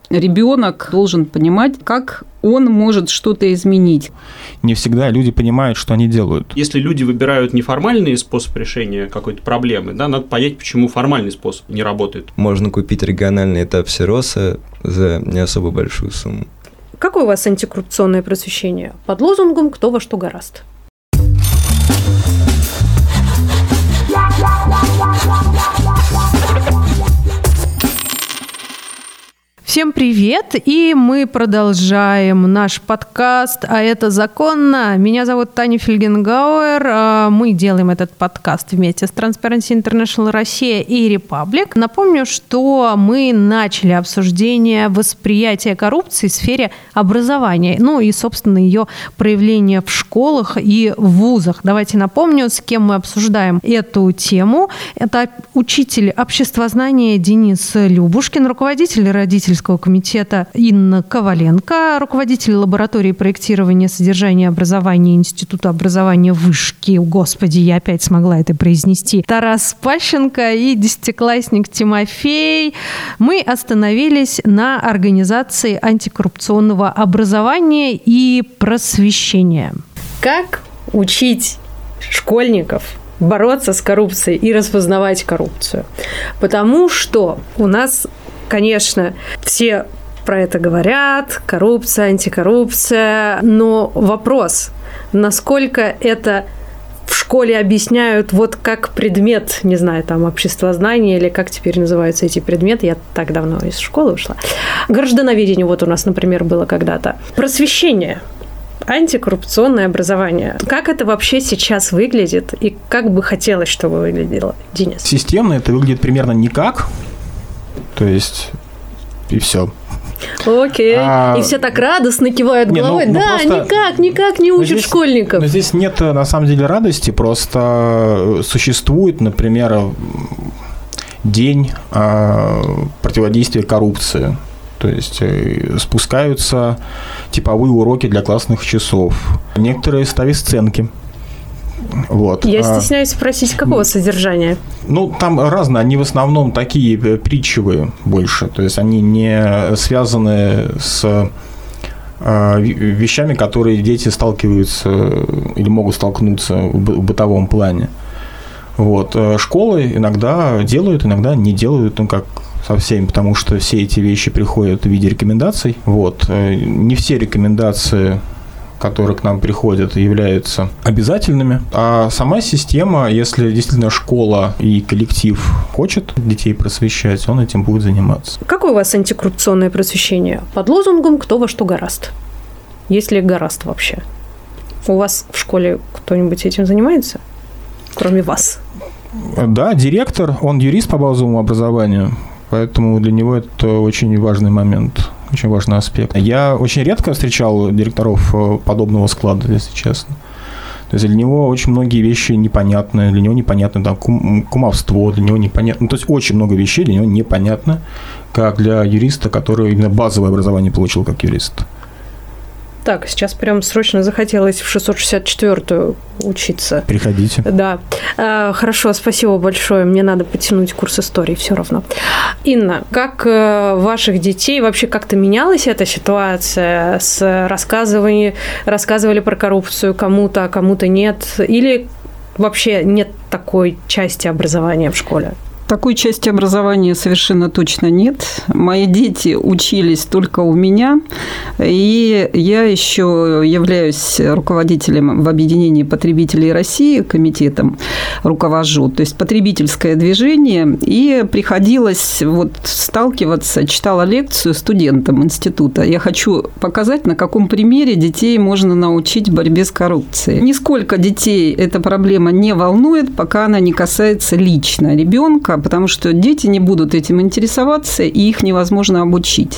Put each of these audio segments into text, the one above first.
ребенок должен понимать, как он может что-то изменить. Не всегда люди понимают, что они делают. Если люди выбирают неформальный способ решения какой-то проблемы, да, надо понять, почему формальный способ не работает. Можно купить региональный этап Сироса за не особо большую сумму. Какое у вас антикоррупционное просвещение? Под лозунгом «Кто во что горазд». Всем привет, и мы продолжаем наш подкаст «А это законно?». Меня зовут Таня Фельгенгауэр. Мы делаем этот подкаст вместе с Transparency International Россия и Republic. Напомню, что мы начали обсуждение восприятия коррупции в сфере образования, ну и, собственно, ее проявления в школах и в вузах. Давайте напомню, с кем мы обсуждаем эту тему. Это учитель обществознания Денис Любушкин, руководитель родительского комитета Инна Коваленко, руководитель лаборатории проектирования содержания образования Института образования Вышки. Господи, я опять смогла это произнести. Тарас Пащенко и десятиклассник Тимофей. Мы остановились на организации антикоррупционного образования и просвещения. Как учить школьников бороться с коррупцией и распознавать коррупцию? Потому что у нас, конечно, все про это говорят, коррупция, антикоррупция, но вопрос, насколько это в школе объясняют вот как предмет, не знаю, там, обществознание или как теперь называются эти предметы, я так давно из школы ушла. Граждановедение вот у нас, например, было когда-то. Просвещение. Антикоррупционное образование. Как это вообще сейчас выглядит и как бы хотелось, чтобы выглядело, Денис? Системно это выглядит примерно никак. То есть, и все. Окей. И все так радостно кивают головой. Да, просто никак не учат школьников. Но здесь нет, на самом деле, радости. Просто существует, например, день противодействия коррупции. То есть спускаются типовые уроки для классных часов. Некоторые ставят сценки. Вот. Я стесняюсь спросить, какого содержания? Ну, там разные. Они в основном такие притчевые больше. То есть, они не связаны с вещами, которые дети сталкиваются или могут столкнуться в бытовом плане. Вот. Школы иногда делают, иногда не делают, ну, как со всеми, потому что все эти вещи приходят в виде рекомендаций. Вот. Не все рекомендации, которые к нам приходят, являются обязательными. А сама система, если действительно школа и коллектив хочет детей просвещать, он этим будет заниматься. Какое у вас антикоррупционное просвещение? Под лозунгом «Кто во что горазд». Есть ли горазд вообще? У вас в школе кто-нибудь этим занимается, кроме вас? Да, директор, он юрист по базовому образованию, поэтому для него это очень важный момент. Очень важный аспект. Я очень редко встречал директоров подобного склада, если честно. То есть для него очень многие вещи непонятны. Для него непонятно там, кумовство, для него непонятно. Ну, то есть очень много вещей для него непонятно, как для юриста, который именно базовое образование получил как юрист. Так, сейчас прям срочно захотелось в 664-ю учиться. Приходите. Да. Хорошо, спасибо большое. Мне надо подтянуть курс истории все равно. Инна, как ваших детей вообще как-то менялась эта ситуация с рассказывали про коррупцию кому-то, а кому-то нет? Или вообще нет такой части образования в школе? Такой части образования совершенно точно нет. Мои дети учились только у меня, и я еще являюсь руководителем в объединении потребителей России, комитетом руковожу, то есть потребительское движение, и приходилось вот сталкиваться, читала лекцию студентам института. Я хочу показать, на каком примере детей можно научить борьбе с коррупцией. Нисколько детей эта проблема не волнует, пока она не касается лично ребенка, потому что дети не будут этим интересоваться, и их невозможно обучить.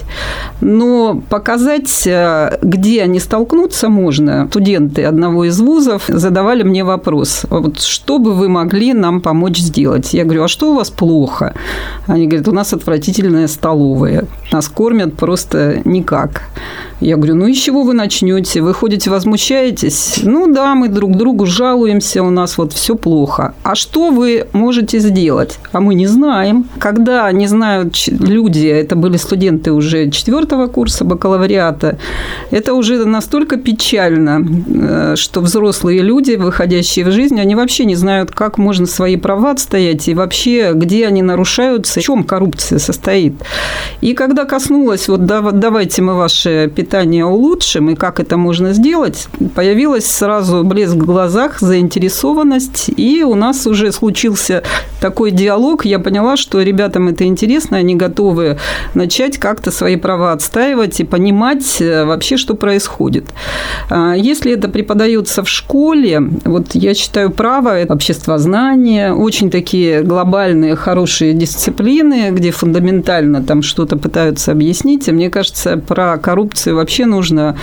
Но показать, где они столкнутся, можно. Студенты одного из вузов задавали мне вопрос, вот что бы вы могли нам помочь сделать? Я говорю, а что у вас плохо? Они говорят, у нас отвратительная столовая, нас кормят просто никак. Я говорю, ну, и с чего вы начнете? Вы ходите, возмущаетесь? Ну, да, мы друг другу жалуемся, у нас вот все плохо. А что вы можете сделать? А мы не знаем. Когда не знают люди, это были студенты уже 4 курса бакалавриата, это уже настолько печально, что взрослые люди, выходящие в жизнь, они вообще не знают, как можно свои права отстоять и вообще, где они нарушаются, в чем коррупция состоит. И когда коснулось, вот давайте мы ваше питание улучшим, и как это можно сделать, появилась сразу блеск в глазах, заинтересованность, и у нас уже случился такой диалог. Я поняла, что ребятам это интересно, они готовы начать как-то свои права отстаивать и понимать вообще, что происходит. Если это преподается в школе, вот я считаю, право, это обществознание, очень такие глобальные, хорошие дисциплины, где фундаментально там что-то пытаются объяснить. И мне кажется, про коррупцию вообще нужно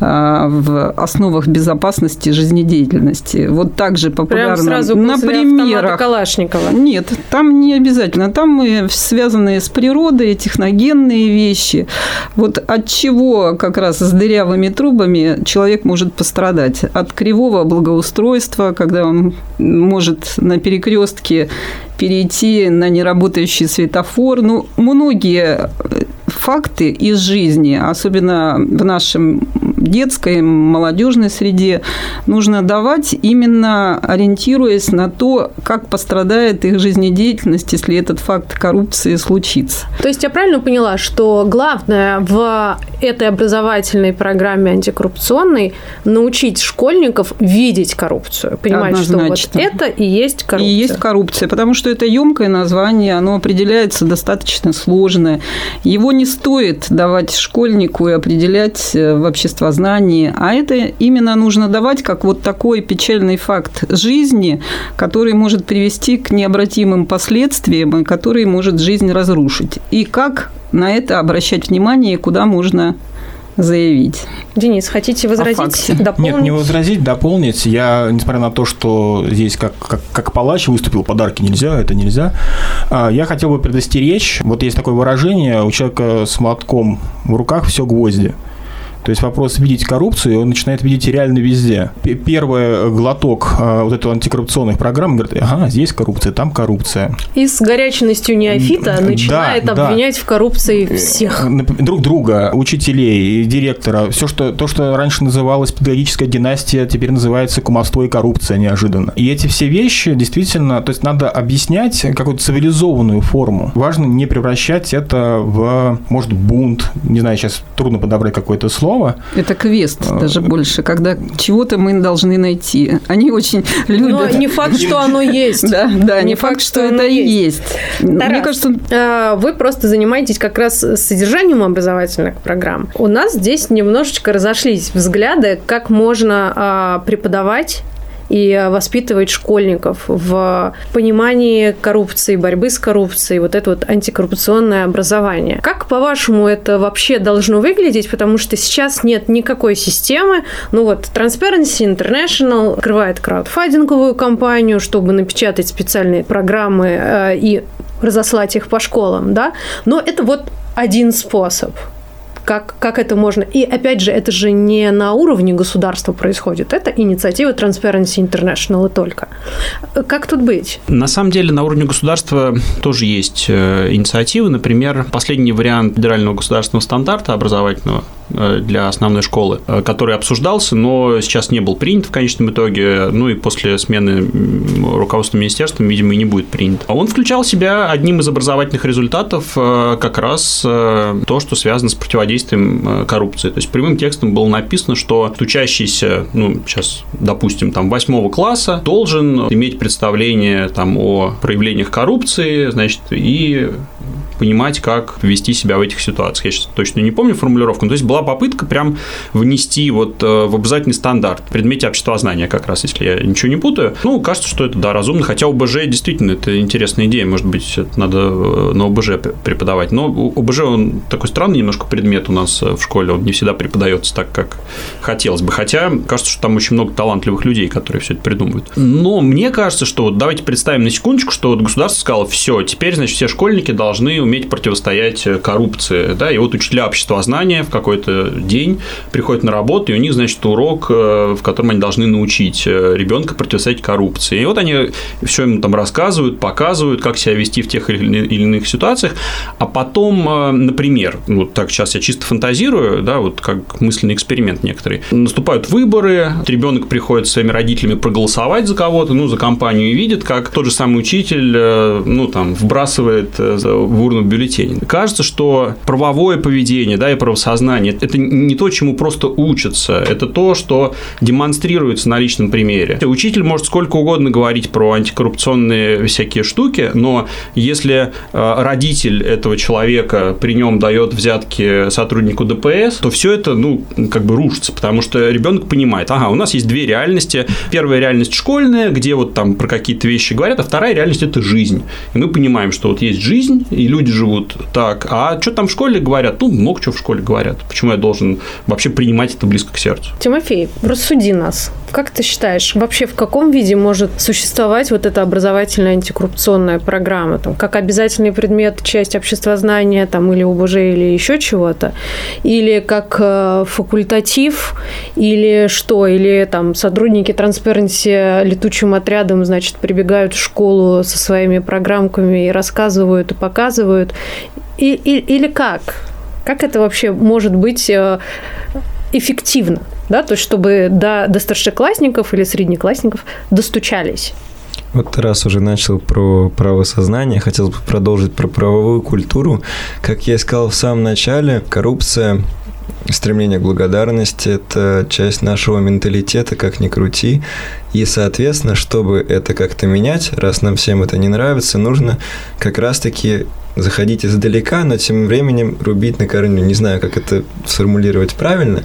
в основах безопасности жизнедеятельности. Вот так же популярно. Прям сразу на примерах Калашникова. Нет, там не обязательно. Там мы связанные с природой, техногенные вещи. Вот от чего как раз с дырявыми трубами человек может пострадать? От кривого благоустройства, когда он может на перекрестке перейти на неработающий светофор. Ну, многие факты из жизни, особенно в нашем детской, молодежной среде, нужно давать именно ориентируясь на то, как пострадает их жизнедеятельность, если этот факт коррупции случится. То есть я правильно поняла, что главное в этой образовательной программе антикоррупционной научить школьников видеть коррупцию, понимать, однозначно, что вот это и есть коррупция. И есть коррупция, потому что это емкое название, оно определяется достаточно сложно. Его не стоит давать школьнику и определять в обществознании, а это именно нужно давать как вот такой печальный факт жизни, который может привести к необратимым последствиям и который может жизнь разрушить. И как на это обращать внимание и куда можно заявить. Денис, хотите возразить, дополнить? Нет, не возразить, дополнить. Я, несмотря на то, что здесь как палач выступил, подарки нельзя, это нельзя, я хотел бы предостеречь. Вот есть такое выражение: у человека с молотком в руках все гвозди. То есть вопрос видеть коррупцию, и он начинает видеть реально везде. Первый глоток вот этой антикоррупционных программ говорит: ага, здесь коррупция, там коррупция. И с горячностью неофита начинает обвинять в коррупции всех. Друг друга, учителей, директора. Все, то, что раньше называлось педагогическая династия, теперь называется кумовство и коррупция неожиданно. И эти все вещи действительно, то есть надо объяснять какую-то цивилизованную форму. Важно не превращать это в, может, бунт. Не знаю, сейчас трудно подобрать какое-то слово. Это квест даже больше, когда чего-то мы должны найти. Они очень любят. Но не факт, что оно есть. Да, не факт, что это и есть. Мне кажется, вы просто занимаетесь как раз содержанием образовательных программ. У нас здесь немножечко разошлись взгляды, как можно преподавать и воспитывать школьников в понимании коррупции, борьбы с коррупцией, вот это вот антикоррупционное образование. Как, по-вашему, это вообще должно выглядеть? Потому что сейчас нет никакой системы. Ну вот, Transparency International открывает краудфандинговую кампанию, чтобы напечатать специальные программы и разослать их по школам, да? Но это вот один способ. Как это можно? И, опять же, это же не на уровне государства происходит. Это инициатива Transparency International и только. Как тут быть? На самом деле, на уровне государства тоже есть инициативы. Например, последний вариант федерального государственного стандарта образовательного для основной школы, который обсуждался, но сейчас не был принят в конечном итоге, ну и после смены руководства министерства, видимо, и не будет принят. Он включал в себя одним из образовательных результатов как раз то, что связано с противодействием коррупции. То есть прямым текстом было написано, что учащийся, ну, сейчас, допустим, там 8 класса должен иметь представление там о проявлениях коррупции, значит, и понимать, как вести себя в этих ситуациях. Я сейчас точно не помню формулировку, но то есть была попытка прям внести вот в обязательный стандарт в предмете обществознания как раз, если я ничего не путаю. Ну, кажется, что это, да, разумно, хотя ОБЖ действительно это интересная идея, может быть, это надо на ОБЖ преподавать, но ОБЖ, он такой странный немножко предмет у нас в школе, он не всегда преподается так, как хотелось бы, хотя кажется, что там очень много талантливых людей, которые все это придумывают. Но мне кажется, что вот давайте представим на секундочку, что вот государство сказало: все, теперь, значит, все школьники должны уметь противостоять коррупции. Да? И вот учителя обществознания в какой-то день приходят на работу, и у них, значит, урок, в котором они должны научить ребенка противостоять коррупции. И вот они все ему там рассказывают, показывают, как себя вести в тех или иных ситуациях, а потом, например, вот так сейчас я чисто фантазирую, да, вот как мысленный эксперимент некоторый, наступают выборы, ребенок приходит с своими родителями проголосовать за кого-то, ну, за компанию, и видит, как тот же самый учитель, ну, там, вбрасывает в урну бюллетень. Кажется, что правовое поведение, да, и правосознание – это не то, чему просто учатся, это то, что демонстрируется на личном примере. Учитель может сколько угодно говорить про антикоррупционные всякие штуки, но если родитель этого человека при нем дает взятки сотруднику ДПС, то все это, ну, как бы рушится, потому что ребенок понимает, ага, у нас есть две реальности. Первая реальность школьная, где вот там про какие-то вещи говорят, а вторая реальность – это жизнь. И мы понимаем, что вот есть жизнь, и люди живут так, а что там в школе говорят? Ну, много чего в школе говорят. Почему я должен вообще принимать это близко к сердцу? Тимофей, рассуди нас. Как ты считаешь, вообще в каком виде может существовать вот эта образовательная антикоррупционная программа? Там, как обязательный предмет, часть обществознания там, или ОБЖ, или еще чего-то? Или как факультатив, или что? Или там сотрудники Transparency летучим отрядом, значит, прибегают в школу со своими программками и рассказывают, и показывают? Или как? Как это вообще может быть эффективно? Да, то есть, чтобы до старшеклассников или среднеклассников достучались. Вот раз уже начал про правосознание, хотел бы продолжить про правовую культуру. Как я сказал в самом начале, коррупция, стремление к благодарности – это часть нашего менталитета, как ни крути. И, соответственно, чтобы это как-то менять, раз нам всем это не нравится, нужно как раз-таки заходить издалека, но тем временем рубить на корню. Не знаю, как это сформулировать правильно,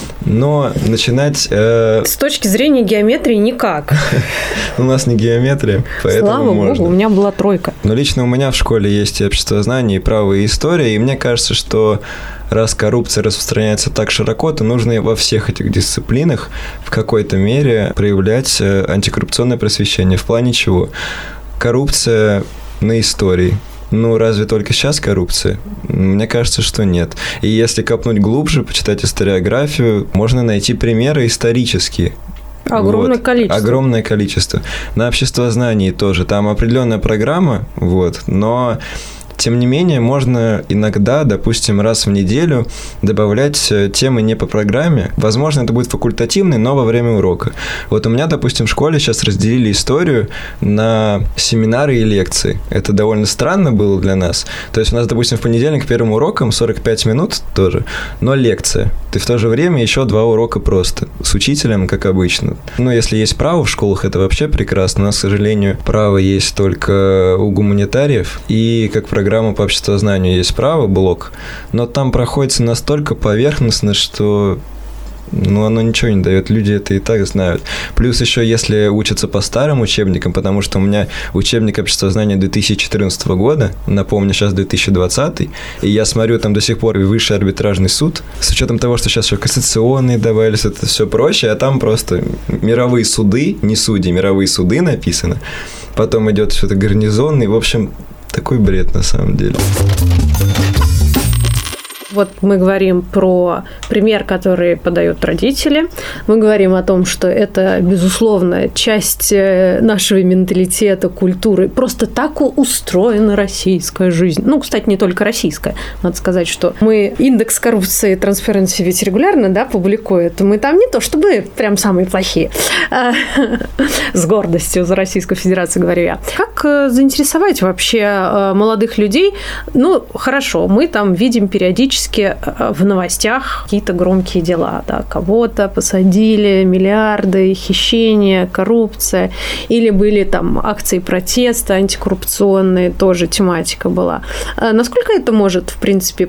но начинать… С точки зрения геометрии никак. У нас не геометрия, поэтому можно. Слава богу, у меня была 3. Но лично у меня в школе есть и обществознание, и право, и история, и мне кажется, что раз коррупция распространяется так широко, то нужно во всех этих дисциплинах в какой-то мере проявлять антикоррупционное просвещение. В плане чего? Коррупция на истории. Ну, разве только сейчас коррупция? Мне кажется, что нет. И если копнуть глубже, почитать историографию, можно найти примеры исторические. Огромное количество. Огромное количество. На обществознании тоже. Там определенная программа, но тем не менее, можно иногда, допустим, раз в неделю добавлять темы не по программе. Возможно, это будет факультативный, но во время урока. Вот у меня, допустим, в школе сейчас разделили историю на семинары и лекции. Это довольно странно было для нас. То есть у нас, допустим, в понедельник первым уроком 45 минут тоже, но лекция. И в то же время еще 2 урока просто. С учителем, как обычно. Но если есть право в школах, это вообще прекрасно. У нас, к сожалению, право есть только у гуманитариев. И как программа по обществознанию есть право, блок, но там проходится настолько поверхностно, что оно ничего не дает. Люди это и так знают. Плюс еще, если учатся по старым учебникам, потому что у меня учебник обществознания 2014 года, напомню, сейчас 2020, и я смотрю, там до сих пор и Высший арбитражный суд, с учетом того, что сейчас еще кассационные добавились, это все проще, а там просто мировые суды, не судьи, мировые суды написано. Потом идет что-то гарнизонный, в общем, такой бред на самом деле. Вот мы говорим про пример, который подают родители. Мы говорим о том, что это, безусловно, часть нашего менталитета, культуры. Просто так устроена российская жизнь. Ну, кстати, не только российская. Надо сказать, что мы индекс коррупции Transparency ведь регулярно, публикует. Мы там не то чтобы прям самые плохие. С гордостью за Российскую Федерацию говорю я. Как заинтересовать вообще молодых людей? Ну, хорошо, мы там видим периодически в новостях какие-то громкие дела, кого-то посадили, миллиарды, хищения, коррупция, или были там акции протеста антикоррупционные, тоже тематика была. Насколько это может, в принципе,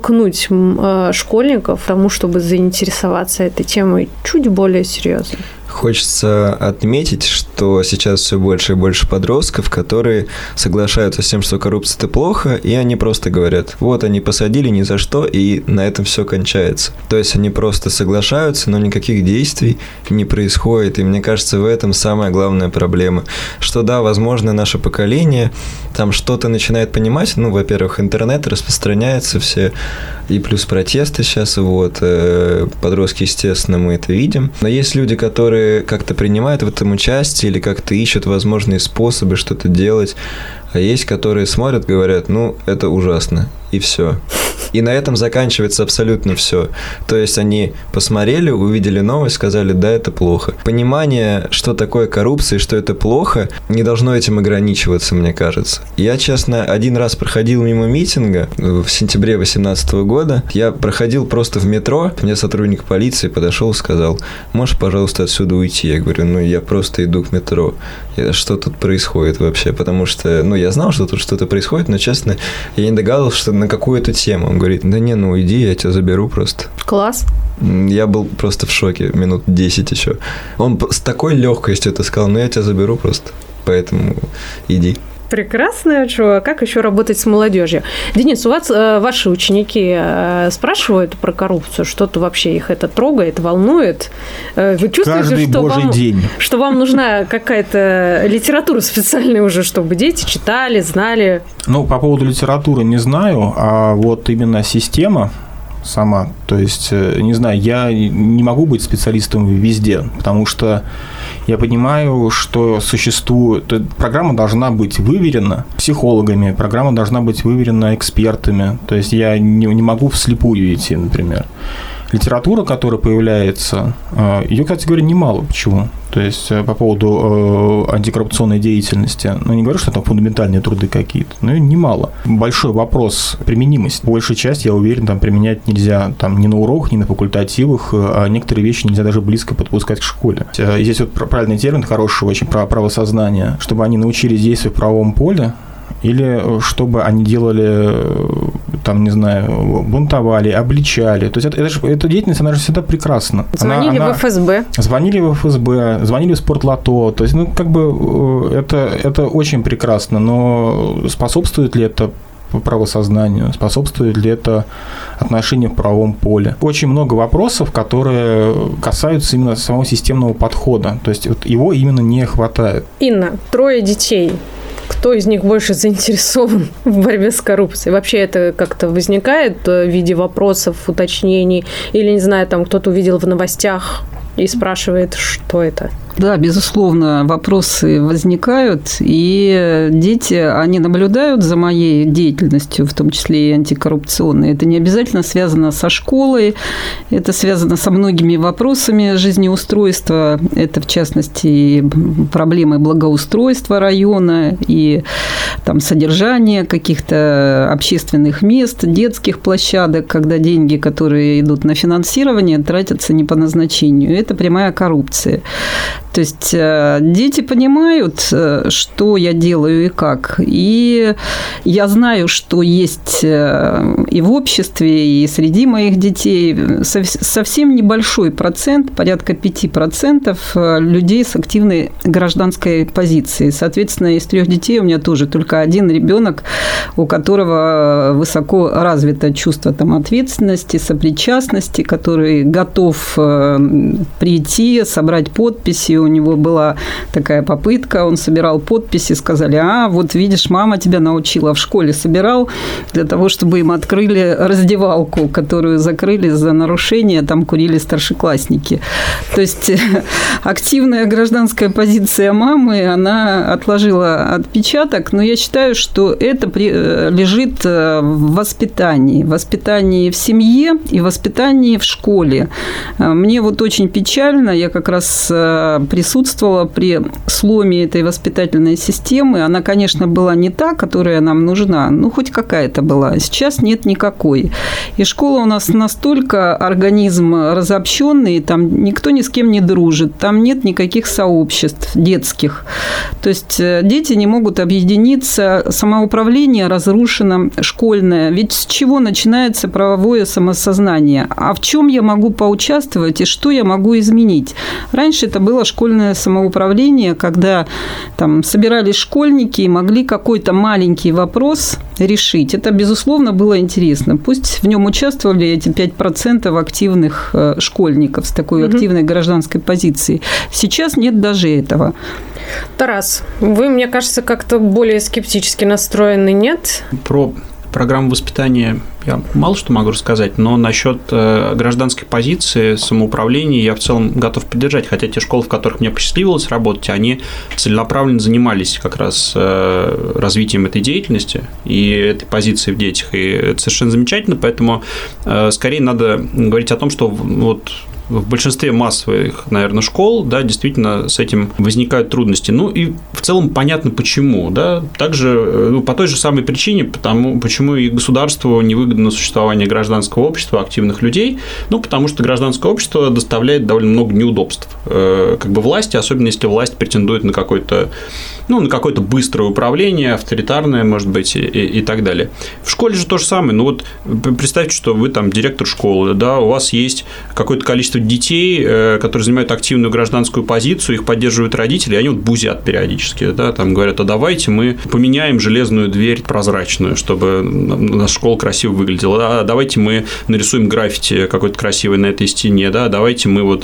подтолкнуть школьников к тому, чтобы заинтересоваться этой темой чуть более серьезно? Хочется отметить, что сейчас все больше и больше подростков, которые соглашаются с тем, что коррупция – это плохо, и они просто говорят, вот они посадили ни за что, и на этом все кончается. То есть они просто соглашаются, но никаких действий не происходит, и мне кажется, в этом самая главная проблема, что да, возможно, наше поколение там что-то начинает понимать, ну, во-первых, интернет распространяется все, и плюс протесты сейчас, вот, подростки, естественно, мы это видим, но есть люди, которые как-то принимают в этом участие или как-то ищут возможные способы что-то делать, а есть, которые смотрят, говорят, ну, это ужасно, и все. И на этом заканчивается абсолютно все. То есть они посмотрели, увидели новость, сказали, да, это плохо. Понимание, что такое коррупция и что это плохо, не должно этим ограничиваться, мне кажется. Я, честно, один раз проходил мимо митинга в сентябре 2018 года. Я проходил просто в метро, мне сотрудник полиции подошел и сказал, можешь, пожалуйста, отсюда уйти? Я говорю, ну, я просто иду к метро. Что тут происходит вообще? Потому что, ну, я знал, что тут что-то происходит, но, честно, я не догадывался, что на какую эту тему. Он говорит, да не, ну иди, я тебя заберу просто. Класс. Я был просто в шоке, минут 10 еще. Он с такой легкостью это сказал, ну я тебя заберу просто, поэтому иди. Прекрасно, что как еще работать с молодежью? Денис, у вас ваши ученики спрашивают про коррупцию, что-то вообще их это трогает, волнует? Вы чувствуете, что вам нужна какая-то литература специальная уже, чтобы дети читали, знали? Ну, по поводу литературы не знаю, а вот именно система сама, то есть, не знаю, я не могу быть специалистом везде, потому что я понимаю, что существует... Программа должна быть выверена психологами, программа должна быть выверена экспертами. То есть я не могу вслепую идти, например. Литература, которая появляется, ее, кстати говоря, немало. Почему? То есть по поводу антикоррупционной деятельности. Ну, не говорю, что там фундаментальные труды какие-то, но и немало. Большой вопрос применимости. Большую часть, я уверен, там применять нельзя там, ни на уроках, ни на факультативах, а некоторые вещи нельзя даже близко подпускать к школе. Здесь вот правильный термин, хороший очень, про правосознание, чтобы они научились действовать в правовом поле, или чтобы они делали, там, не знаю, бунтовали, обличали. То есть эта деятельность, она же всегда прекрасна. Звонили в ФСБ. Звонили в ФСБ, звонили в спортлото. То есть, ну, как бы это очень прекрасно, но способствует ли это правосознанию, способствует ли это отношению в правовом поле? Очень много вопросов, которые касаются именно самого системного подхода. То есть вот его именно не хватает. Инна, 3 детей. Кто из них больше заинтересован в борьбе с коррупцией? Вообще это как-то возникает в виде вопросов, уточнений? Или, не знаю, там кто-то увидел в новостях и спрашивает, что это? Да, безусловно, вопросы возникают, и дети, они наблюдают за моей деятельностью, в том числе и антикоррупционной. Это не обязательно связано со школой, это связано со многими вопросами жизнеустройства. Это, в частности, проблемы благоустройства района и там, содержания каких-то общественных мест, детских площадок, когда деньги, которые идут на финансирование, тратятся не по назначению. Это прямая коррупция. То есть дети понимают, что я делаю и как. И я знаю, что есть и в обществе, и среди моих детей совсем небольшой процент, порядка 5% людей с активной гражданской позицией. Соответственно, из 3 детей у меня тоже только 1 ребенок, у которого высоко развито чувство там, ответственности, сопричастности, который готов прийти, собрать подписи. У него была такая попытка, он собирал подписи, сказали, вот видишь, мама тебя научила, в школе собирал для того, чтобы им открыли раздевалку, которую закрыли за нарушение, там курили старшеклассники. То есть активная гражданская позиция мамы, она отложила отпечаток, но я считаю, что это лежит в воспитании в семье и воспитании в школе. Мне вот очень печально, я как раз присутствовала при сломе этой воспитательной системы. Она, конечно, была не та, которая нам нужна, но хоть какая-то была. Сейчас нет никакой. И школа у нас настолько организм разобщенный, там никто ни с кем не дружит, там нет никаких сообществ детских. То есть дети не могут объединиться, самоуправление разрушено, школьное. Ведь с чего начинается правовое самосознание? А в чем я могу поучаствовать и что я могу изменить? Раньше это было школьное самоуправление, когда там собирались школьники и могли какой-то маленький вопрос решить. Это, безусловно, было интересно. Пусть в нем участвовали эти 5% активных школьников с такой активной гражданской позицией. Сейчас нет даже этого. Тарас, вы, мне кажется, как-то более скептически настроены, нет? Про программу воспитания я мало что могу рассказать, но насчет гражданской позиции, самоуправления я в целом готов поддержать, хотя те школы, в которых мне посчастливилось работать, они целенаправленно занимались как раз развитием этой деятельности и этой позиции в детях, и это совершенно замечательно, поэтому скорее надо говорить о том, что вот в большинстве массовых, наверное, школ, да, действительно с этим возникают трудности. Ну, и в целом понятно, почему, да. Также, по той же самой причине, почему и государству невыгодно существование гражданского общества, активных людей, потому что гражданское общество доставляет довольно много неудобств как бы власти, особенно если власть претендует на какое-то быстрое управление, авторитарное, может быть, и так далее. В школе же то же самое. Представьте, что вы там директор школы, да, у вас есть какое-то количество детей, которые занимают активную гражданскую позицию, их поддерживают родители, и они бузят периодически, да, там говорят, а давайте мы поменяем железную дверь прозрачную, чтобы наша школа красиво выглядела, а давайте мы нарисуем граффити какое-то красивое на этой стене, да, давайте мы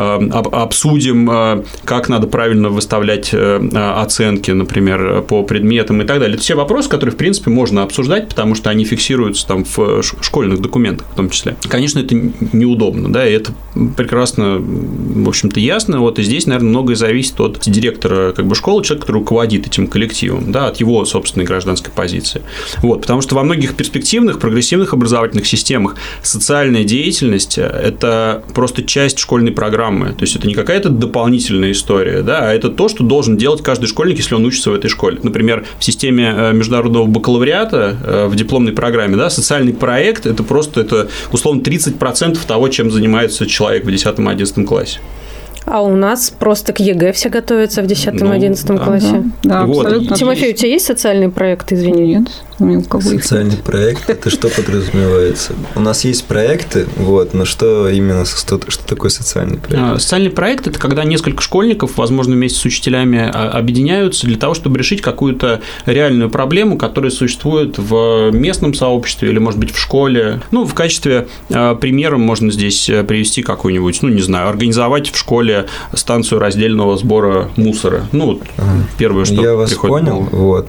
обсудим, как надо правильно выставлять оценки, например, по предметам и так далее. Это все вопросы, которые, в принципе, можно обсуждать, потому что они фиксируются там в школьных документах в том числе. Конечно, это неудобно, да, и это прекрасно, в общем-то, ясно. И здесь, наверное, многое зависит от директора школы, человека, который руководит этим коллективом, да, от его собственной гражданской позиции. Потому что во многих перспективных, прогрессивных образовательных системах социальная деятельность – это просто часть школьной программы. То есть, это не какая-то дополнительная история, да, а это то, что должен делать каждый школьник, если он учится в этой школе. Например, в системе международного бакалавриата в дипломной программе, да, социальный проект – это условно 30% того, чем занимается человек в 10-11 классе. А у нас просто к ЕГЭ все готовятся в 10-11 классе. Да, абсолютно. Тимофей, у тебя есть социальный проект, извини? Нет. Социальный проект, это что подразумевается? У нас есть проекты, но что именно, что такое социальный проект? Социальный проект – это когда несколько школьников, возможно, вместе с учителями объединяются для того, чтобы решить какую-то реальную проблему, которая существует в местном сообществе или, может быть, в школе. В качестве примера можно здесь привести какую-нибудь, организовать в школе станцию раздельного сбора мусора. Первое, что я вас приходит понял.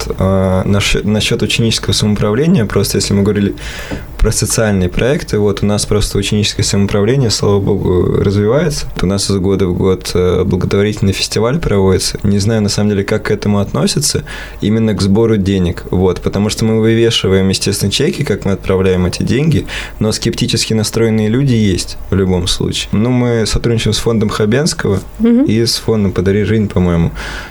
Насчет ученического самоуправления, просто если мы говорили про социальные проекты, у нас просто ученическое самоуправление, слава богу, развивается. У нас из года в год благотворительный фестиваль проводится. Не знаю, на самом деле, как к этому относятся, именно к сбору денег. Потому что мы вывешиваем, естественно, чеки, как мы отправляем эти деньги, но скептически настроенные люди есть в любом случае. Мы сотрудничаем с фондом Хабенского и с фондом «Подари жизнь», по-моему.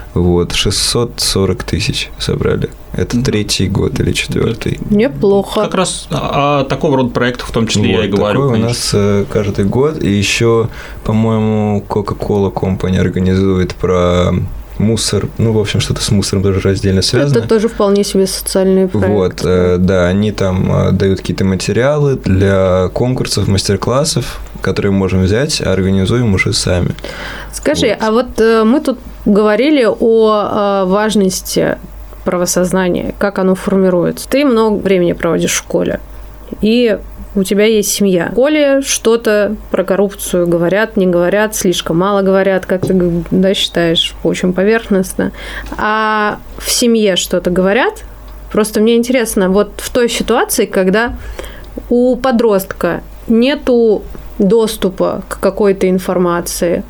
640 тысяч собрали. Это 3-й год или 4-й. Неплохо. Как раз о такого рода проектах в том числе я и говорю. Такое у нас каждый год. И еще, по-моему, Coca-Cola Company организует про мусор, в общем, что-то с мусором тоже раздельно связано. Это тоже вполне себе социальный проект. Да, они там дают какие-то материалы для конкурсов, мастер-классов, которые мы можем взять, а организуем уже сами. Скажи, а мы тут говорили о важности правосознания, как оно формируется. Ты много времени проводишь в школе, и у тебя есть семья. В школе что-то про коррупцию говорят, не говорят, слишком мало говорят, как ты считаешь, очень поверхностно. А в семье что-то говорят? Просто мне интересно, в той ситуации, когда у подростка нету доступа к какой-то информации,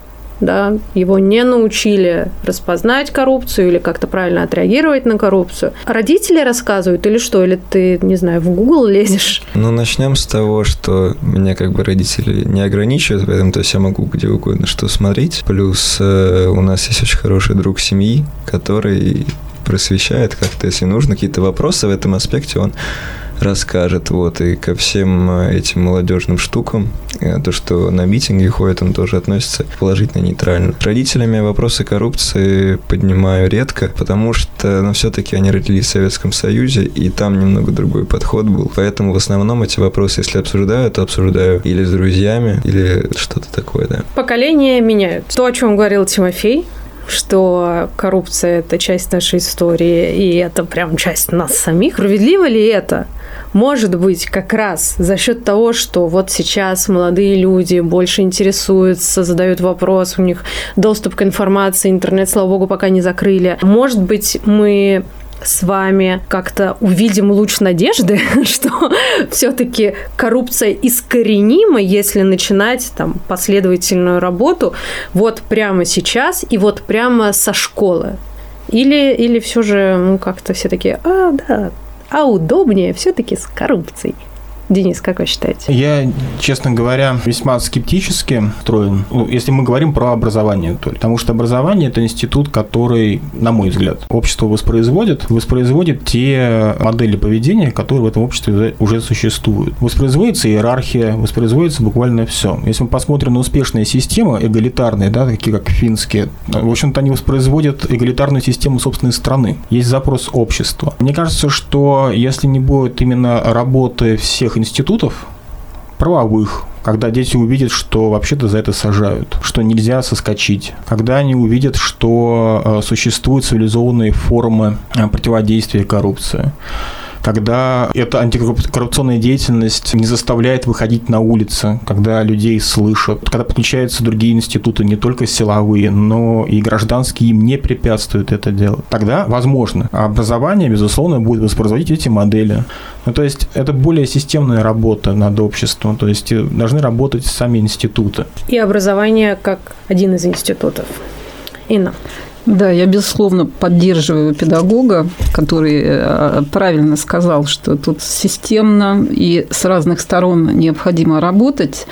да, его не научили распознать коррупцию или как-то правильно отреагировать на коррупцию. Родители рассказывают или что? Или ты, не знаю, в Google лезешь? Ну, начнем с того, что меня как бы родители не ограничивают, поэтому то есть я могу где угодно что смотреть. Плюс у нас есть очень хороший друг семьи, который просвещает как-то, если нужно, какие-то вопросы в этом аспекте, он расскажет, вот, и ко всем этим молодежным штукам, то, что на митинги ходит, он тоже относится положительно-нейтрально. С родителями вопросы коррупции поднимаю редко, потому что, ну, все-таки они родились в Советском Союзе, и там немного другой подход был, поэтому в основном эти вопросы, если обсуждаю, то обсуждаю или с друзьями, или что-то такое, да. Поколения меняют. То, о чем говорил Тимофей, что коррупция – это часть нашей истории, и это прям часть нас самих. Справедливо ли это? Может быть, как раз за счет того, что вот сейчас молодые люди больше интересуются, задают вопрос, у них доступ к информации, интернет, слава богу, пока не закрыли. Может быть, мы с вами как-то увидим луч надежды, что все-таки коррупция искоренима, если начинать там последовательную работу вот прямо сейчас и вот прямо со школы. Или все же, ну, как-то все такие, удобнее все-таки с коррупцией. Денис, как вы считаете? Я, честно говоря, весьма скептически настроен, если мы говорим про образование. Потому что образование – это институт, который, на мой взгляд, общество воспроизводит те модели поведения, которые в этом обществе уже существуют. Воспроизводится иерархия, воспроизводится буквально все. Если мы посмотрим на успешные системы, эгалитарные, да, такие как финские, в общем-то, они воспроизводят эгалитарную систему собственной страны. Есть запрос общества. Мне кажется, что если не будет именно работы всех институтов правовых, когда дети увидят, что вообще-то за это сажают, что нельзя соскочить, когда они увидят, что существуют цивилизованные формы противодействия коррупции, когда эта антикоррупционная деятельность не заставляет выходить на улицы, когда людей слышат, когда подключаются другие институты, не только силовые, но и гражданские, им не препятствуют это делать. Тогда, возможно, образование, безусловно, будет воспроизводить эти модели. Ну, то есть, это более системная работа над обществом, то есть, должны работать сами институты. И образование как один из институтов. Инна. Да, я, безусловно, поддерживаю педагога, который правильно сказал, что тут системно и с разных сторон необходимо работать,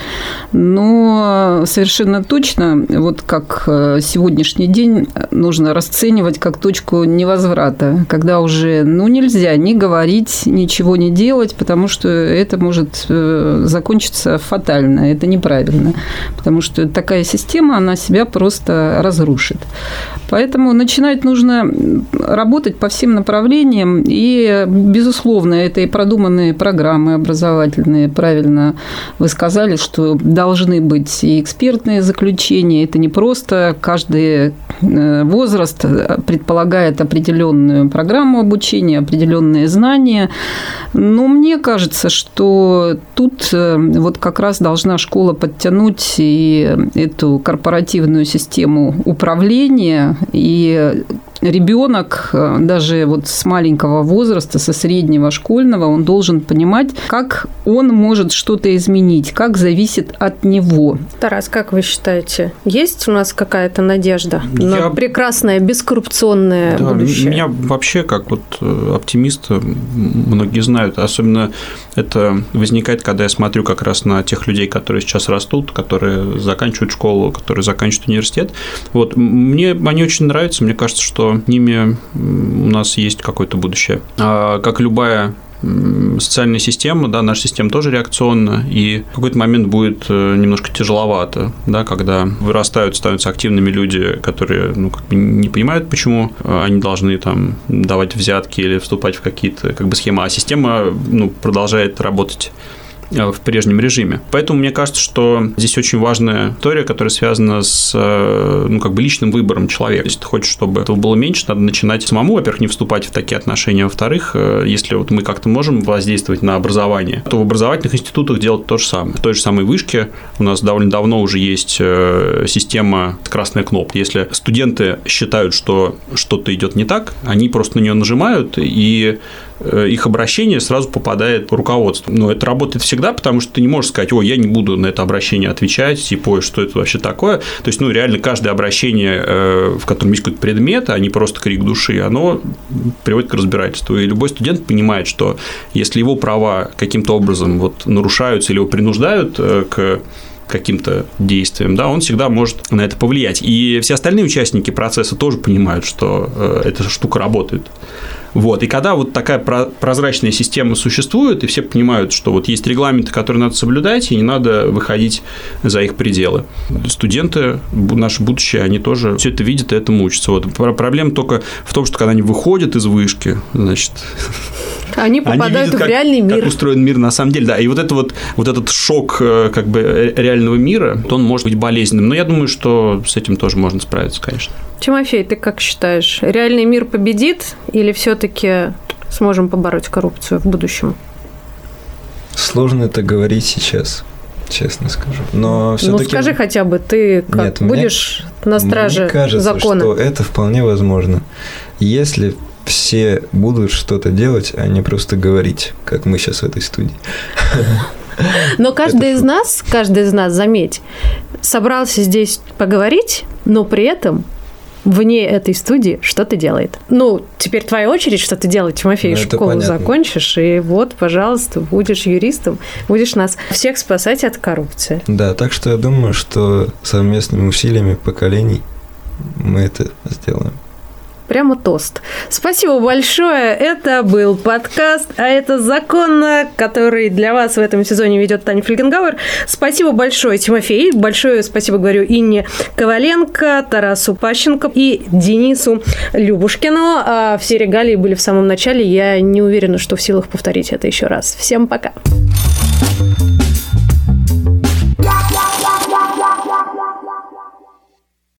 но совершенно точно, вот как сегодняшний день, нужно расценивать как точку невозврата, когда уже нельзя ни говорить, ничего не делать, потому что это может закончиться фатально, это неправильно, потому что такая система, она себя просто разрушит. Поэтому начинать нужно работать по всем направлениям. И, безусловно, это и продуманные программы образовательные. Правильно вы сказали, что должны быть и экспертные заключения. Это не просто каждый возраст предполагает определенную программу обучения, определенные знания. Но мне кажется, что тут вот как раз должна школа подтянуть и эту корпоративную систему управления. И ребенок даже вот с маленького возраста, со среднего школьного, он должен понимать, как он может что-то изменить, как зависит от него. Тарас, как вы считаете, есть у нас какая-то надежда на прекрасное бескоррупционное будущее? Меня вообще, как вот оптимиста, многие знают, особенно это возникает, когда я смотрю как раз на тех людей, которые сейчас растут, которые заканчивают школу, которые заканчивают университет. Вот, мне они очень нравятся, мне кажется, что ними у нас есть какое-то будущее. Как любая социальная система, да, наша система тоже реакционна, и в какой-то момент будет немножко тяжеловато, да, когда вырастают, становятся активными люди, которые не понимают, почему они должны там давать взятки или вступать в какие-то схемы, а система продолжает работать в прежнем режиме. Поэтому мне кажется, что здесь очень важная история, которая связана с личным выбором человека. Если ты хочешь, чтобы этого было меньше, надо начинать самому, во-первых, не вступать в такие отношения, во-вторых, если вот мы как-то можем воздействовать на образование, то в образовательных институтах делать то же самое. В той же самой вышке у нас довольно давно уже есть система красная кнопка. Если студенты считают, что что-то идет не так, они просто на нее нажимают, и их обращение сразу попадает в руководство. Но это работает всегда, потому что ты не можешь сказать: ой, я не буду на это обращение отвечать, типа, ой, что это вообще такое. То есть, реально каждое обращение, в котором есть какой-то предмет, а не просто крик души, оно приводит к разбирательству. И любой студент понимает, что если его права каким-то образом нарушаются или его принуждают к каким-то действиям, да, он всегда может на это повлиять. И все остальные участники процесса тоже понимают, что эта штука работает. И когда такая прозрачная система существует, и все понимают, что есть регламенты, которые надо соблюдать, и не надо выходить за их пределы. Студенты, наше будущее, они тоже все это видят и этому учатся. Проблема только в том, что когда они выходят из вышки, значит... Они попадают в реальный мир. Как устроен мир на самом деле, да. И этот шок реального мира, он может быть болезненным. Но я думаю, что с этим тоже можно справиться, конечно. Тимофей, ты как считаешь, реальный мир победит или все-таки сможем побороть коррупцию в будущем? Сложно это говорить сейчас, честно скажу. Но все-таки... скажи хотя бы, ты как будешь на страже закона? Мне кажется, что это вполне возможно. Если все будут что-то делать, а не просто говорить, как мы сейчас в этой студии. Но каждый из нас, заметь, собрался здесь поговорить, но при этом вне этой студии что-то делает. Теперь твоя очередь что-то делать, Тимофей, школу закончишь, и пожалуйста, будешь юристом, будешь нас всех спасать от коррупции. Да, так что я думаю, что совместными усилиями поколений мы это сделаем. Прямо тост. Спасибо большое. Это был подкаст «А это законно», который для вас в этом сезоне ведет Таня Фельгенгауэр. Спасибо большое, Тимофей. Большое спасибо говорю Инне Коваленко, Тарасу Пащенко и Денису Любушкину. Все регалии были в самом начале. Я не уверена, что в силах повторить это еще раз. Всем пока.